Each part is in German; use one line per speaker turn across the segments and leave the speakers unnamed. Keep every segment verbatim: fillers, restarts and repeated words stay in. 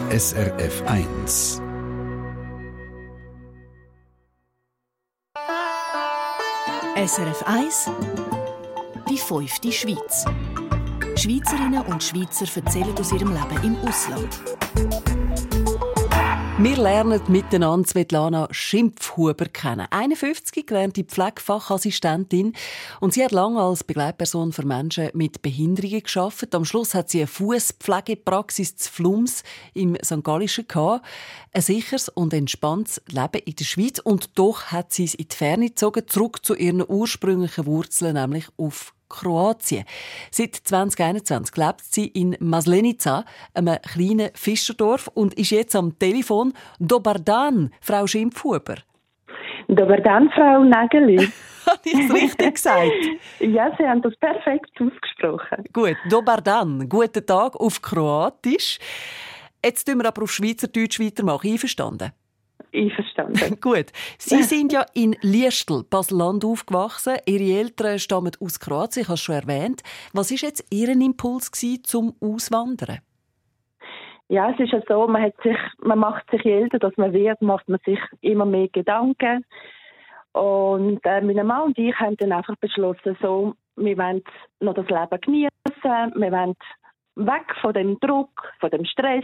S R F eins.
S R F eins, die fünfte Schweiz. Schweizerinnen und Schweizer erzählen aus ihrem Leben im Ausland. Wir lernen miteinander Svetlana Schimpfhuber kennen. einundfünfzig, gelernte Pflegefachassistentin. Und sie hat lange als Begleitperson für Menschen mit Behinderungen gearbeitet. Am Schluss hat sie eine Fußpflegepraxis zu Flums im Sankt Gallischen gehabt. Ein sicheres und entspanntes Leben in der Schweiz. Und doch hat sie es in die Ferne gezogen, zurück zu ihren ursprünglichen Wurzeln, nämlich auf Kroatien. Seit zwanzig einundzwanzig lebt sie in Maslenica, einem kleinen Fischerdorf, und ist jetzt am Telefon. Dobar dan, Frau Schimpfhuber.
Dobar dan, Frau Nägeli.
Habe ich es richtig gesagt?
Ja, Sie haben das perfekt ausgesprochen.
Gut, Dobar dan, guten Tag auf Kroatisch. Jetzt tun wir aber auf Schweizerdeutsch weitermachen. Einverstanden?
Einverstanden.
Gut. Sie sind ja in Liestl, Basel-Land, aufgewachsen. Ihre Eltern stammen aus Kroatien, ich habe es schon erwähnt. Was war jetzt Ihr Impuls zum Auswandern?
Ja, es ist ja so, man, hat sich, man macht sich, je älter dass man wird, macht man sich immer mehr Gedanken. Und äh, meine Mann und ich haben dann einfach beschlossen, so, wir wollen noch das Leben genießen, wir wollen weg von dem Druck, von dem Stress.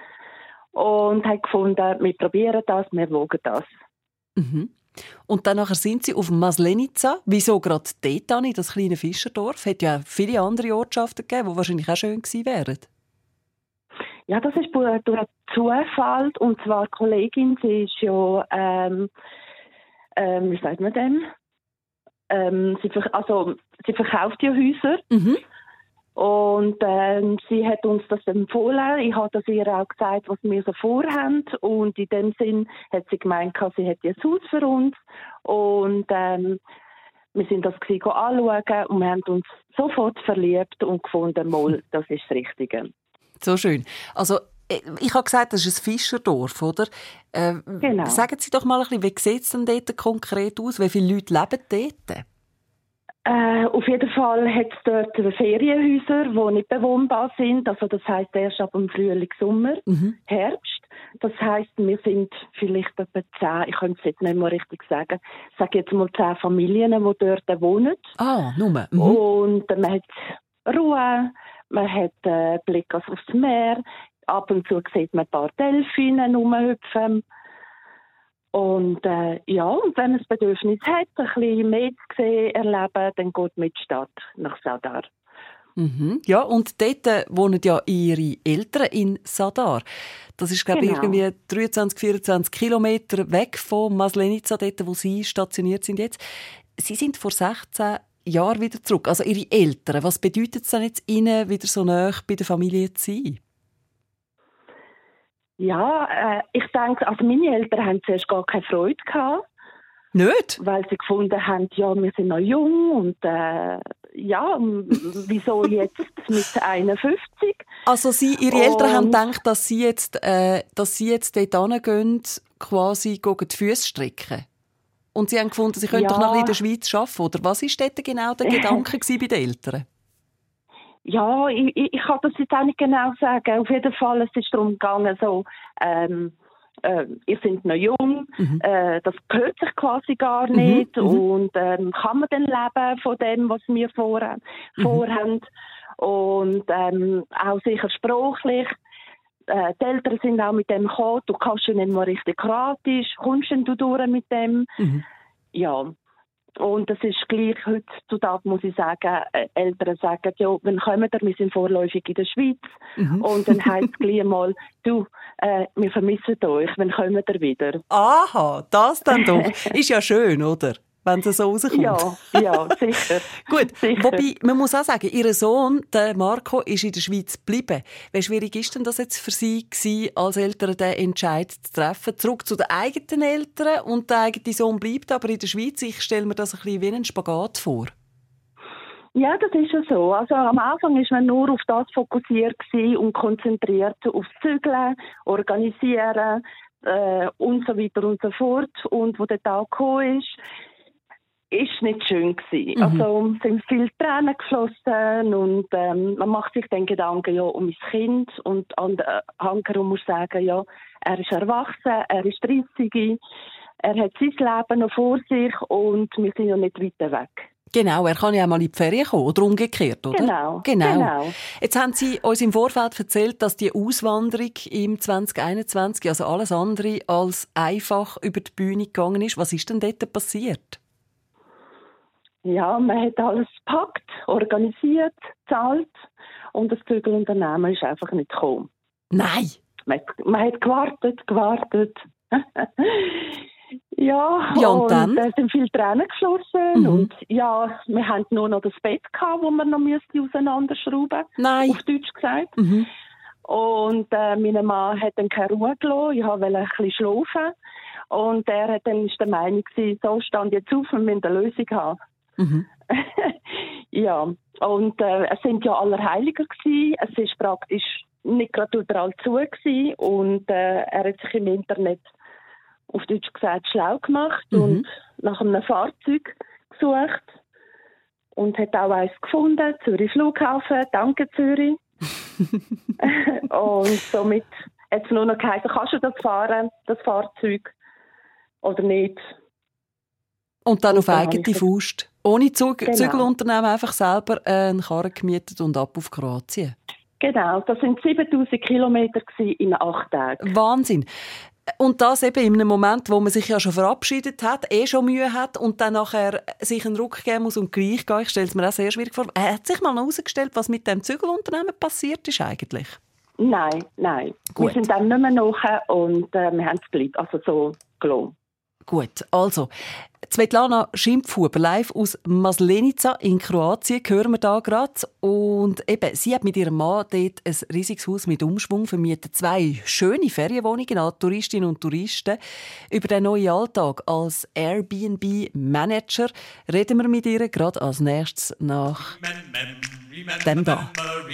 Und haben gefunden, wir probieren das, wir wogen das.
Mhm. Und dann nachher sind Sie auf Maslenica. Wieso gerade dort an, in das kleine Fischerdorf? Es hätte ja viele andere Ortschaften gegeben, die wahrscheinlich auch schön gewesen wären.
Ja, das ist durch einen Zufall. Und zwar die Kollegin, sie ist ja, ähm, ähm, wie sagt man dem? Ähm, sie, also, sie verkauft ja Häuser. Mhm. Und ähm, sie hat uns das empfohlen. Ich habe das ihr auch gesagt, was wir so vorhaben. Und in dem Sinn hat sie gemeint, sie hätte ein Haus für uns. Und ähm, wir sind das anschauen und wir haben uns sofort verliebt und gefunden, mal, das ist das Richtige.
So schön. Also, ich habe gesagt, das ist ein Fischerdorf, oder? Äh,
genau.
Sagen Sie doch mal ein bisschen, wie sieht es denn dort konkret aus? Wie viele Leute leben dort?
Äh, auf jeden Fall hat es dort Ferienhäuser, die nicht bewohnbar sind. Also das heisst erst ab dem Frühling, Sommer, mhm. Herbst. Das heisst, wir sind vielleicht etwa zehn, ich könnte es jetzt nicht mehr richtig sagen, ich sage jetzt mal zehn Familien, die dort wohnen.
Ah, nur. Mhm.
Und äh, man hat Ruhe, man hat äh, Blick aufs Meer, ab und zu sieht man ein paar Delfine rumhüpfen. Und äh, ja, und wenn man das Bedürfnis hat, ein bisschen mehr zu sehen, erleben, dann geht man in die Stadt, nach Sadar.
Mhm. Ja, und dort äh, wohnen ja Ihre Eltern in Sadar. Das ist, glaube ich,
genau.
irgendwie dreiundzwanzig, vierundzwanzig Kilometer weg von Maslenica, dort, wo Sie stationiert sind jetzt. Sie sind vor sechzehn Jahren wieder zurück. Also Ihre Eltern, was bedeutet es denn jetzt Ihnen, wieder so nah bei der Familie zu sein?
Ja, äh, ich denke, also meine Eltern haben zuerst gar keine Freude gehabt.
Nicht?
Weil sie gefunden haben, ja, wir sind noch jung und äh, ja, wieso jetzt mit einundfünfzig?
Also Sie, Ihre und Eltern haben gedacht, dass Sie jetzt, äh, dass Sie jetzt dort hingehen, quasi die Füße stricken? Und Sie haben gefunden, Sie können ja. doch noch in der Schweiz arbeiten, oder? Was war dort genau der Gedanke bei den Eltern?
Ja, ich, ich, ich kann das jetzt auch nicht genau sagen. Auf jeden Fall, es ist darum gegangen, so, ähm, äh, ihr seid noch jung, mhm. äh, das gehört sich quasi gar nicht mhm. und ähm, kann man dann leben von dem, was wir vor, mhm. vorhaben und ähm, auch sicher sprachlich. Äh, die Eltern sind auch mit dem gekommen, du kannst ja nicht mal richtig Kroatisch, kommst du durch mit dem? Mhm. Ja. Und das ist gleich heutzutage, muss ich sagen, Eltern sagen, ja, wann kommen wir, wir sind vorläufig in der Schweiz. Mhm. Und dann heisst es gleich mal, du, äh, wir vermissen euch, wann kommen wir wieder?
Aha, das dann doch. Ist ja schön, oder? Wenn es so rauskommt.
Ja, ja, sicher.
Gut,
sicher.
Wobei, man muss auch sagen, Ihr Sohn, der Marco, ist in der Schweiz geblieben. Wie schwierig ist denn das jetzt für Sie gewesen, als Eltern den Entscheid zu treffen? Zurück zu den eigenen Eltern und der eigene Sohn bleibt aber in der Schweiz. Ich stelle mir das ein bisschen wie einen Spagat vor.
Ja, das ist ja so. Also am Anfang war man nur auf das fokussiert und konzentriert auf Zügeln, Organisieren äh, und so weiter und so fort. Und wo der Tag gekommen ist, ist nicht schön gewesen.
Mhm.
Also es sind viele Tränen geflossen und ähm, man macht sich dann Gedanken ja, um mein Kind und an der Hankerum muss sagen, ja, er ist erwachsen, er ist dreißig, er hat sein Leben noch vor sich und wir sind ja nicht weiter weg.
Genau, er kann ja auch mal in die Ferien kommen, oder umgekehrt, oder?
Genau,
genau.
genau.
Jetzt haben Sie uns im Vorfeld erzählt, dass die Auswanderung im zwanzig einundzwanzig, also alles andere als einfach über die Bühne gegangen ist. Was ist denn dort passiert?
Ja, man hat alles gepackt, organisiert, gezahlt und das Zügelunternehmen ist einfach nicht gekommen.
Nein!
Man hat, man hat gewartet, gewartet. Ja,
ja, und,
und
dann?
es sind viele Tränen geflossen.
Mhm.
Und ja, wir hatten nur noch das Bett gehabt, das wir noch auseinanderschrauben mussten.
Nein.
Auf Deutsch gesagt.
Mhm.
Und äh, mein Mann hat dann keine Ruhe gelassen. Ich wollte ein bisschen schlafen. Und er hat dann ist der Meinung gewesen, so stand jetzt auf, wir müssen eine Lösung haben.
Mhm.
Ja, und äh, es sind ja Allerheiliger gewesen. Es ist praktisch nicht gerade überall zu gewesen. Und äh, er hat sich im Internet auf Deutsch gesagt, schlau gemacht mhm. und nach einem Fahrzeug gesucht und hat auch eins gefunden, Zürich Flughafen, danke Zürich. Und somit hat es nur noch geheißen, kannst du das fahren, das Fahrzeug, oder nicht?
Und dann
und
auf
dann
eigene Faust, ohne Zug-
genau.
Zügelunternehmen, einfach selber einen Karren gemietet und ab auf Kroatien.
Genau, das waren siebentausend Kilometer in acht Tagen.
Wahnsinn. Und das eben in einem Moment, wo man sich ja schon verabschiedet hat, eh schon Mühe hat und dann nachher sich einen Ruck geben muss und gleich gehen. Ich stelle es mir auch sehr schwierig vor. Hat sich mal herausgestellt, was mit dem Zügelunternehmen passiert ist eigentlich?
Nein, nein.
Gut.
Wir sind dann nicht mehr nach und äh, wir haben es gleich, also so gelassen.
Gut, also Svetlana Schimpfhuber live aus Maslenica in Kroatien hören wir da gerade. Und eben, sie hat mit ihrem Mann dort ein riesiges Haus mit Umschwung vermietet. Zwei schöne Ferienwohnungen an Touristinnen und Touristen. Über den neuen Alltag als Airbnb-Manager reden wir mit ihr gerade als nächstes nach dem da.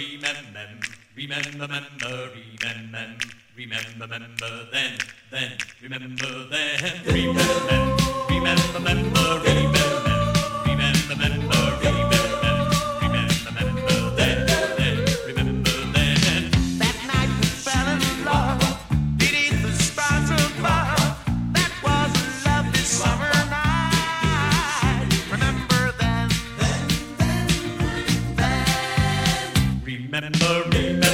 Remember, remember, remember, remember then, then, remember then, remember, remember, remember, remember, remember, remember, remember then, then, remember then. That night we fell in love, beneath the stars above. That was a lovely summer night. Remember then, then, then, then. Remember, remember.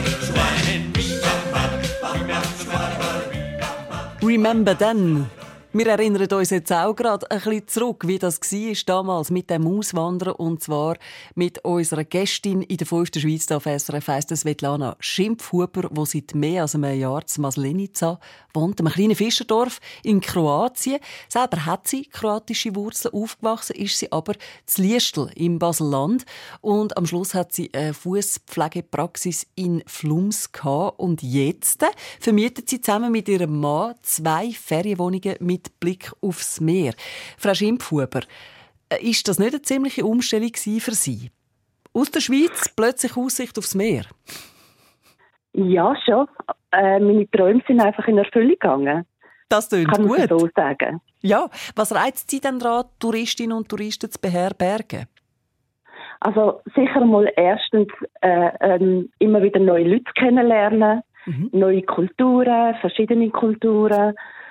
Remember then. Wir erinnern uns jetzt auch gerade ein bisschen zurück, wie das war damals mit dem Auswandern, und zwar mit unserer Gästin in der fünften Schweiz auf S R F eins, Svetlana Schimpfhuber, die seit mehr als einem Jahr in Maslenica wohnt, einem kleinen Fischerdorf in Kroatien. Selber hat sie kroatische Wurzeln, aufgewachsen ist sie aber zu Liestl im Baselland, und am Schluss hat sie eine Fußpflegepraxis in Flums gehabt, und jetzt vermietet sie zusammen mit ihrem Mann zwei Ferienwohnungen mit Blick aufs Meer. Frau Schimpfhuber, ist das nicht eine ziemliche Umstellung für Sie? Aus der Schweiz plötzlich Aussicht aufs Meer?
Ja, schon. Äh, meine Träume sind einfach in Erfüllung gegangen.
Das klingt
Kann
gut.
man so sagen.
Ja, was reizt Sie denn daran, Touristinnen und Touristen zu beherbergen?
Also sicher mal erstens äh, ähm, immer wieder neue Leute kennenlernen, mhm. neue Kulturen, verschiedene Kulturen.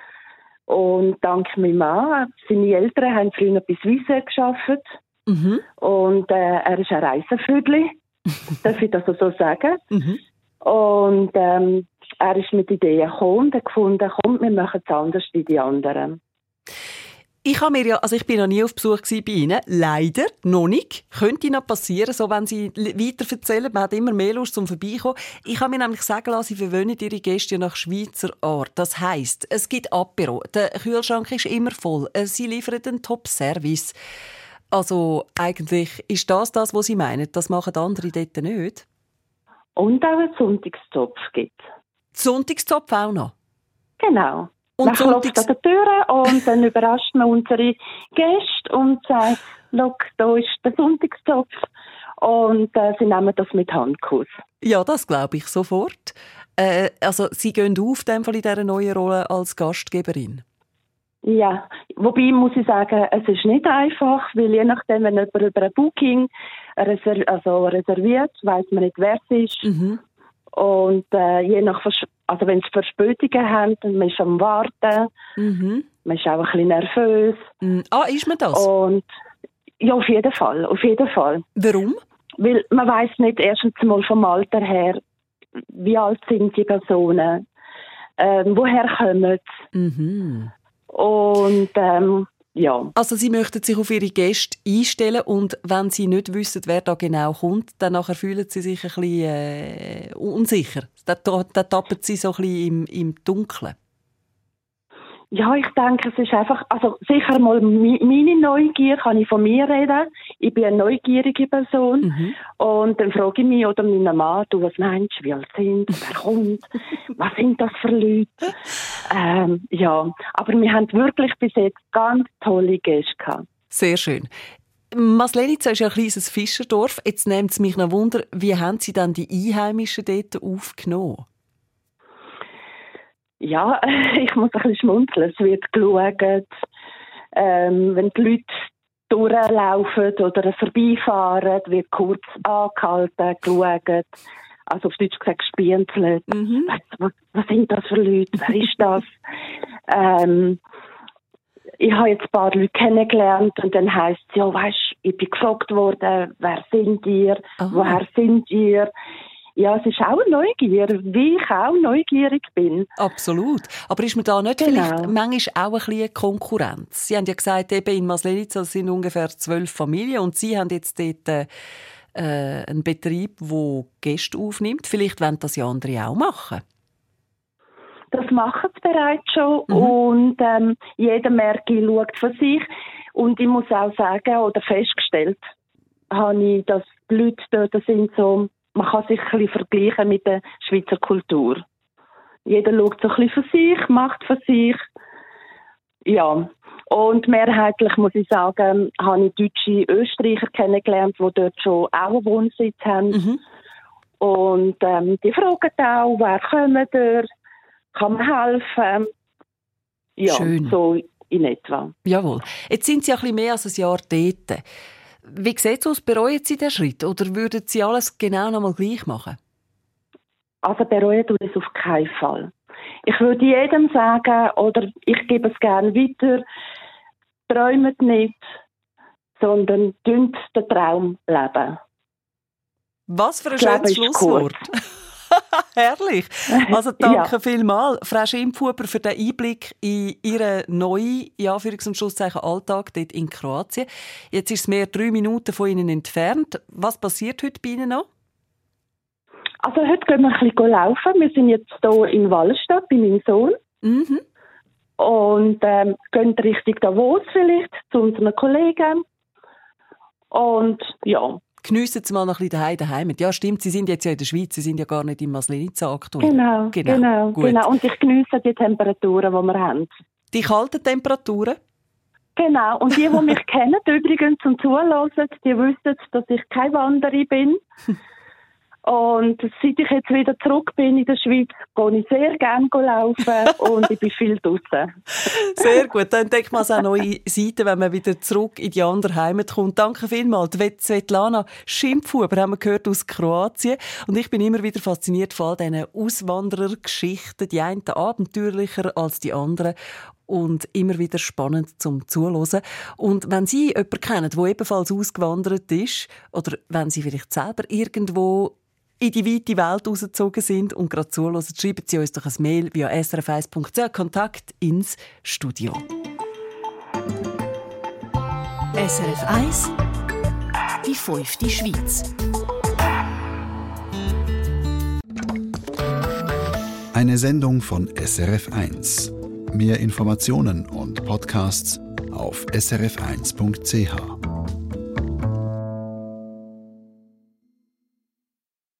Und dank meinem Mann, seine Eltern haben früher bei Suisse gearbeitet. Mhm. Und äh, er ist ein Reisevögel, darf ich das so sagen. Mhm. Und ähm, er ist mit Ideen gekommen und gefunden, komm, wir machen es anders wie die anderen.
Ich habe mir ja, also ich bin noch nie auf Besuch bei Ihnen, leider noch nicht. Könnte noch passieren, so wenn Sie weiter erzählen. Man hat immer mehr Lust zum Vorbeikommen. Ich habe mir nämlich sagen lassen, Sie verwöhnen Ihre Gäste nach Schweizer Art. Das heisst, es gibt Apero, der Kühlschrank ist immer voll, Sie liefern einen Top-Service. Also eigentlich ist das das, was Sie meinen. Das machen andere dort nicht.
Und auch einen Sonntagszopf gibt es.
Sonntagszopf auch noch?
Genau.
Und
man klopft an der Tür und dann überrascht man unsere Gäste und sagt, schau, da ist der Sonntagszopf. Und äh, sie nehmen das mit Handkuss.
Ja, das glaube ich sofort. Äh, also Sie gehen auf in dieser neuen Rolle als Gastgeberin?
Ja, wobei muss ich sagen, es ist nicht einfach, weil je nachdem, wenn jemand über ein Booking reser- also reserviert, weiss man nicht, wer es ist. Mhm. Und äh, je nach, Vers- also wenn es Verspätungen haben, dann man ist am Warten, mhm. man ist auch ein bisschen nervös.
Mhm. Ah, ist man das?
Und ja, auf jeden Fall, auf jeden Fall.
Warum?
Weil man weiss nicht erstens mal vom Alter her, wie alt sind die Personen, ähm, woher kommen sie. Mhm. Und ähm, ja.
Also Sie möchten sich auf Ihre Gäste einstellen, und wenn Sie nicht wissen, wer da genau kommt, dann nachher fühlen Sie sich ein bisschen äh, unsicher. Dann, dann tappen Sie so ein bisschen im, im Dunkeln.
Ja, ich denke, es ist einfach, also sicher mal meine Neugier, kann ich von mir reden. Ich bin eine neugierige Person. Mhm. Und dann frage ich mich oder meinen Mann, du, was meinst du, wie alt sind sie, wer kommt, was sind das für Leute? Ähm, ja, aber wir haben wirklich bis jetzt ganz tolle Gäste gehabt.
Sehr schön. Maslenica ist ja ein kleines Fischerdorf. Jetzt nimmt es mich noch Wunder, wie haben Sie dann die Einheimischen dort aufgenommen?
Ja, ich muss ein bisschen schmunzeln. Es wird geschaut, ähm, wenn die Leute durchlaufen oder vorbeifahren, wird kurz angehalten, geschaut. Also auf Deutsch gesagt gespienzelt. Mhm. Was, was, was sind das für Leute? Wer ist das? ähm, ich habe jetzt ein paar Leute kennengelernt und dann heisst es, ja, weisst, ich bin gefragt worden, wer sind ihr? Aha. Woher sind ihr? Ja, es ist auch eine Neugier, wie ich auch neugierig bin.
Absolut. Aber ist man da nicht
genau.
vielleicht manchmal auch ein bisschen Konkurrenz? Sie haben ja gesagt, eben in Maslenica sind ungefähr zwölf Familien und Sie haben jetzt dort äh, einen Betrieb, der Gäste aufnimmt. Vielleicht wollen das ja andere auch machen.
Das machen sie bereits schon. Mhm. Und ähm, jeder Merke schaut von sich. Und ich muss auch sagen, oder festgestellt habe ich, dass die Leute dort sind so, man kann sich ein bisschen vergleichen mit der Schweizer Kultur. Jeder schaut so ein bisschen für sich, macht für sich. Ja. Und mehrheitlich, muss ich sagen, habe ich deutsche Österreicher kennengelernt, die dort schon auch einen Wohnsitz haben. Mhm. Und ähm, die fragen auch, wer kommt da, kann man helfen. Ja,
schön.
So in etwa.
Jawohl. Jetzt sind Sie ja ein bisschen mehr als ein Jahr dort. Wie sieht es aus? Bereuen Sie den Schritt oder würden Sie alles genau noch mal gleich machen?
Also bereuen tue ich es auf keinen Fall. Ich würde jedem sagen, oder ich gebe es gerne weiter, träumt nicht, sondern dünnt den Traum leben.
Was für ein schönes Schlusswort. Herrlich. Also danke
Ja.
vielmals, Frau Schimpfhuber, für den Einblick in Ihren neuen, in Anführungs- und Schlusszeichen, Alltag dort in Kroatien. Jetzt ist es mehr drei Minuten von Ihnen entfernt. Was passiert heute bei Ihnen noch?
Also heute gehen wir ein bisschen laufen. Wir sind jetzt hier in Wallenstadt bei meinem Sohn.
Mhm.
Und ähm, gehen Richtung Davos vielleicht, zu unseren Kollegen. Und ja.
Geniessen Sie mal noch ein bisschen daheim, daheim. Ja, stimmt, Sie sind jetzt ja in der Schweiz, Sie sind ja gar nicht in Maslenica aktuell.
Genau,
genau.
genau,
Gut.
genau. Und ich geniesse die Temperaturen, die wir haben.
Die kalten Temperaturen?
Genau. Und die, die mich kennen übrigens und zuhören, die wissen, dass ich keine Wanderin bin. Und seit ich jetzt wieder zurück bin in der Schweiz, gehe ich sehr gerne laufen und ich bin viel draußen.
Sehr gut, dann entdeckt man auch neue Seiten, wenn man wieder zurück in die andere Heimat kommt. Danke vielmals. Die Svetlana Schimpfhuber haben wir gehört aus Kroatien. Und ich bin immer wieder fasziniert von all diesen Auswanderergeschichten. Die einen abenteuerlicher als die anderen. Und immer wieder spannend zum Zuhören. Und wenn Sie jemanden kennen, der ebenfalls ausgewandert ist, oder wenn Sie vielleicht selber irgendwo in die weite Welt rausgezogen sind und gerade zuhören, schreiben Sie uns doch ein Mail via s r f eins punkt c h, Kontakt ins Studio.
S R F eins, die fünfte Schweiz.
Eine Sendung von S R F eins. Mehr Informationen und Podcasts auf s r f eins punkt c h.